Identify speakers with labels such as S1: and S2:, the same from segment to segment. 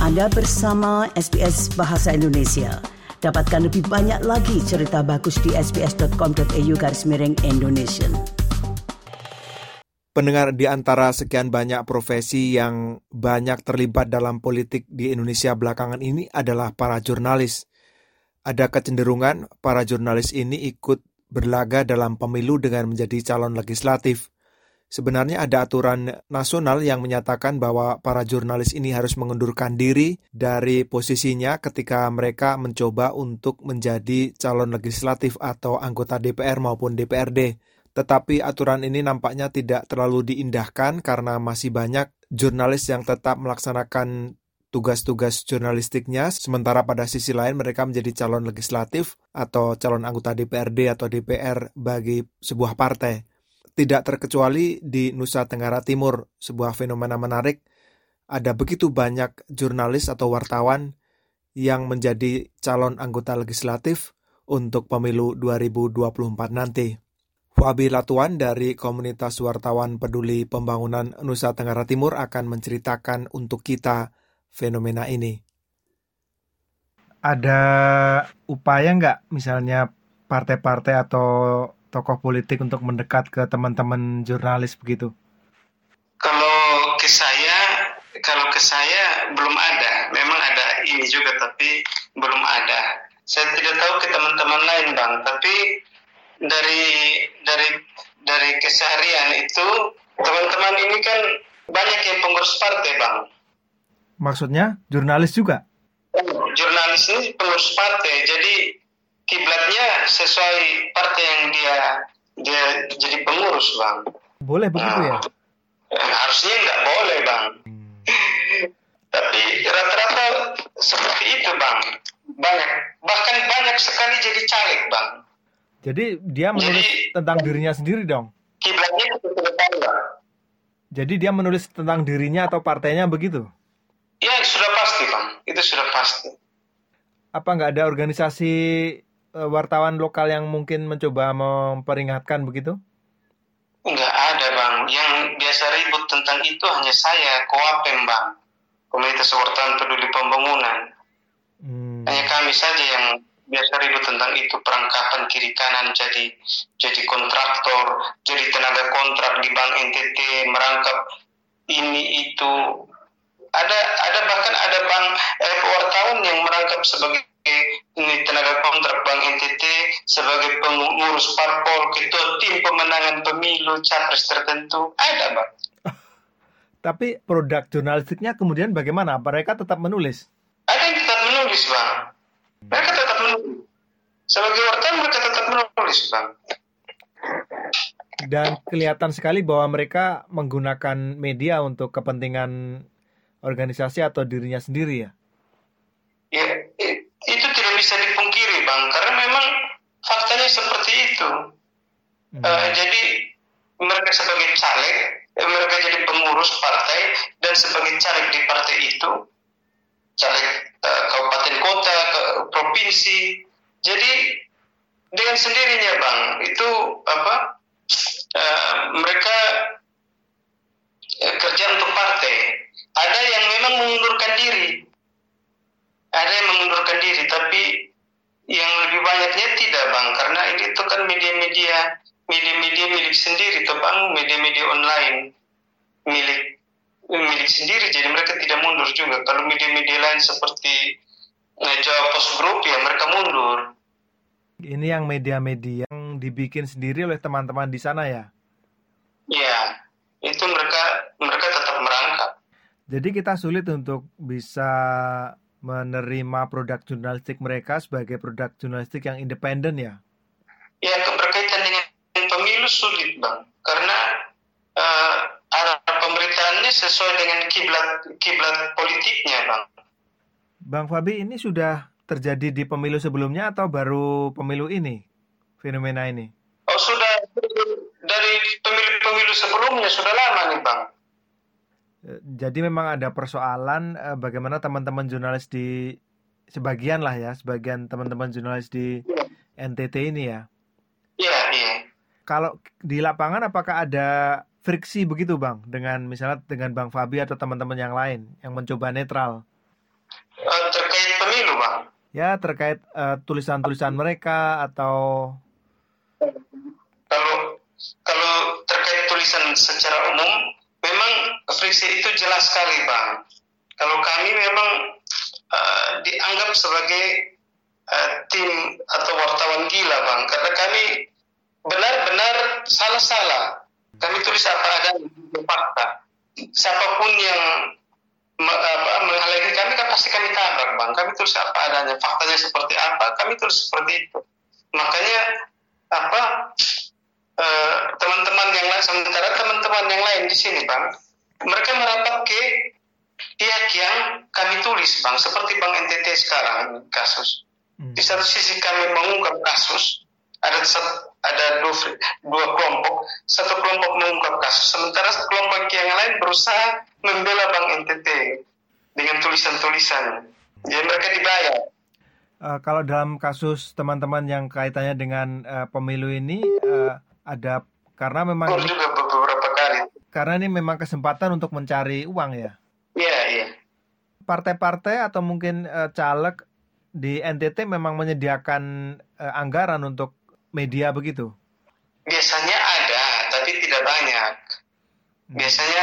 S1: Anda bersama SBS Bahasa Indonesia. Dapatkan lebih banyak lagi cerita bagus di sbs.com.au/Indonesian.
S2: Pendengar, di antara sekian banyak profesi yang banyak terlibat dalam politik di Indonesia belakangan ini adalah para jurnalis. Ada kecenderungan para jurnalis ini ikut berlaga dalam pemilu dengan menjadi calon legislatif. Sebenarnya ada aturan nasional yang menyatakan bahwa para jurnalis ini harus mengundurkan diri dari posisinya ketika mereka mencoba untuk menjadi calon legislatif atau anggota DPR maupun DPRD. Tetapi aturan ini nampaknya tidak terlalu diindahkan karena masih banyak jurnalis yang tetap melaksanakan tugas-tugas jurnalistiknya, sementara pada sisi lain mereka menjadi calon legislatif atau calon anggota DPRD atau DPR bagi sebuah partai. Tidak terkecuali di Nusa Tenggara Timur, sebuah fenomena menarik, ada begitu banyak jurnalis atau wartawan yang menjadi calon anggota legislatif untuk pemilu 2024 nanti. Wabi Latuan dari Komunitas Wartawan Peduli Pembangunan Nusa Tenggara Timur akan menceritakan untuk kita fenomena ini.
S3: Ada upaya nggak misalnya partai-partai atau tokoh politik untuk mendekat ke teman-teman jurnalis begitu?
S4: Kalau ke saya belum ada. Memang ada ini juga, tapi belum ada. Saya tidak tahu ke teman-teman lain, Bang. Tapi dari keseharian itu teman-teman ini kan banyak yang pengurus partai, Bang.
S3: Maksudnya jurnalis juga?
S4: Jurnalis ini pengurus partai, jadi kiblatnya sesuai partai yang dia jadi pengurus, Bang.
S3: Boleh begitu ya?
S4: Harusnya nggak boleh, Bang. Tapi rata-rata seperti itu, Bang. Bahkan banyak sekali jadi caleg, Bang.
S3: Jadi dia menulis tentang dirinya sendiri dong?
S4: Kiblatnya itu Bang.
S3: Jadi dia menulis tentang dirinya atau partainya begitu?
S4: Ya, sudah pasti, Bang. Itu sudah pasti.
S3: Apa nggak ada organisasi wartawan lokal yang mungkin mencoba memperingatkan begitu?
S4: Enggak ada, Bang. Yang biasa ribut tentang itu hanya saya, Koapem, Bang. Komunitas Wartawan Peduli Pembangunan. Hanya kami saja yang biasa ribut tentang itu, perangkapan kiri kanan jadi kontraktor, jadi tenaga kontrak di Bank NTT, merangkap ini itu. Bahkan ada bank wartawan yang merangkap sebagai tenaga kontrak Bank NTT, sebagai pengurus parpol, ketua tim pemenangan pemilu capres tertentu. Ada, Bang.
S3: Tapi produk jurnalistiknya kemudian bagaimana? Mereka tetap menulis?
S4: Ada yang tetap menulis, Bang. Mereka tetap menulis. Sebagai wartawan mereka tetap menulis, Bang.
S3: Dan kelihatan sekali bahwa mereka menggunakan media untuk kepentingan organisasi atau dirinya sendiri ya?
S4: Ya, itu tidak bisa dipungkiri, Bang, karena memang faktanya seperti itu. Jadi mereka sebagai caleg, mereka jadi pengurus partai, dan sebagai caleg di partai itu, caleg kabupaten kota, provinsi. Jadi dengan sendirinya, Bang, itu mereka kerja untuk partai. Ada yang memang mengundurkan diri. Ada yang mengundurkan diri, tapi yang lebih banyaknya tidak, Bang, karena ini itu kan media-media milik sendiri, toh, Bang, media-media online milik sendiri, jadi mereka tidak mundur juga. Kalau media-media lain seperti Jawa Post Group, ya mereka mundur.
S3: Ini yang media-media yang dibikin sendiri oleh teman-teman di sana ya?
S4: Ya, itu mereka tetap merangkap.
S3: Jadi kita sulit untuk bisa menerima produk jurnalistik mereka sebagai produk jurnalistik yang independen ya?
S4: Ya, berkaitan dengan pemilu sulit, Bang, karena arah pemberitaannya sesuai dengan kiblat politiknya, Bang.
S3: Bang Fabi, ini sudah terjadi di pemilu sebelumnya atau baru pemilu ini, fenomena ini?
S4: Oh, sudah dari pemilu sebelumnya, sudah lama nih, Bang.
S3: Jadi memang ada persoalan bagaimana teman-teman jurnalis di sebagian teman-teman jurnalis di NTT ini ya?
S4: Iya.
S3: Kalau di lapangan apakah ada friksi begitu, Bang, dengan misalnya dengan Bang Fabi atau teman-teman yang lain yang mencoba netral?
S4: Terkait pemilu, Bang.
S3: Ya, terkait tulisan-tulisan mereka atau
S4: kalau terkait tulisan secara umum, memang friksi itu jelas sekali, Bang. Kalau kami memang dianggap sebagai tim atau wartawan gila, Bang, karena kami benar-benar salah-salah. Kami tulis apa adanya, fakta. Siapapun yang menghalangi kami kan pasti kami tabrak, Bang. Kami tulis apa adanya, faktanya seperti apa, kami tulis seperti itu. Makanya teman-teman yang lain, sementara teman-teman yang lain di sini, Bang, mereka merapat ke pihak yang kami tulis, Bang, seperti Bang NTT sekarang kasus. Di satu sisi kami mengungkap kasus, ada dua kelompok, satu kelompok mengungkap kasus, sementara kelompok yang lain berusaha membela Bang NTT dengan tulisan-tulisan. Jadi mereka dibayar.
S3: Kalau dalam kasus teman-teman yang kaitannya dengan pemilu ini ada karena memang
S4: juga beberapa kali.
S3: Karena ini memang kesempatan untuk mencari uang ya.
S4: Iya.
S3: Partai-partai atau mungkin caleg di NTT memang menyediakan anggaran untuk media begitu?
S4: Biasanya ada, tapi tidak banyak. Biasanya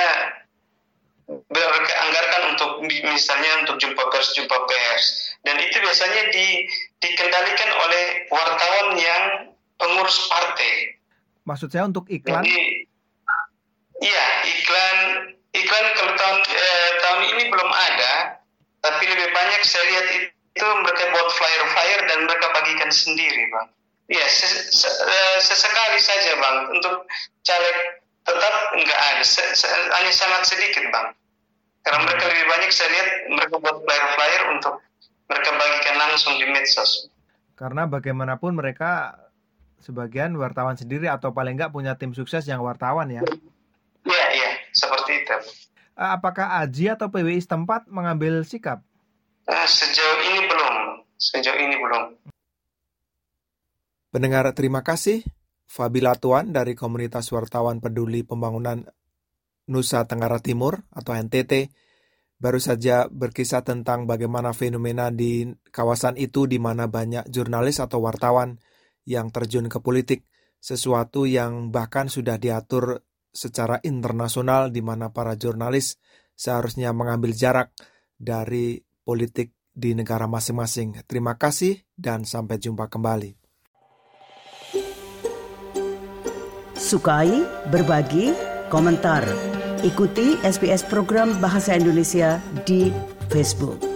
S4: mereka anggarkan untuk misalnya untuk jumpa pers, dan itu biasanya dikendalikan oleh wartawan yang pengurus partai.
S3: Maksud saya untuk iklan?
S4: Jadi, iya, iklan kalau tahun ini belum ada, tapi lebih banyak saya lihat itu mereka buat flyer dan mereka bagikan sendiri, Bang. Iya, sesekali saja, Bang. Untuk caleg tetap enggak ada, hanya sangat sedikit, Bang. Karena mereka lebih banyak saya lihat mereka buat flyer untuk mereka bagikan langsung di medsos.
S3: Karena bagaimanapun mereka sebagian wartawan sendiri atau paling enggak punya tim sukses yang wartawan ya.
S4: Iya, seperti itu.
S3: Apakah AJI atau PWI setempat mengambil sikap?
S4: Sejauh ini belum.
S2: Pendengar, terima kasih. Fabila Tuan dari Komunitas Wartawan Peduli Pembangunan Nusa Tenggara Timur atau NTT baru saja berkisah tentang bagaimana fenomena di kawasan itu di mana banyak jurnalis atau wartawan yang terjun ke politik, sesuatu yang bahkan sudah diatur secara internasional di mana para jurnalis seharusnya mengambil jarak dari politik di negara masing-masing. Terima kasih dan sampai jumpa kembali.
S1: Sukai, berbagi, komentar. Ikuti SBS program Bahasa Indonesia di Facebook.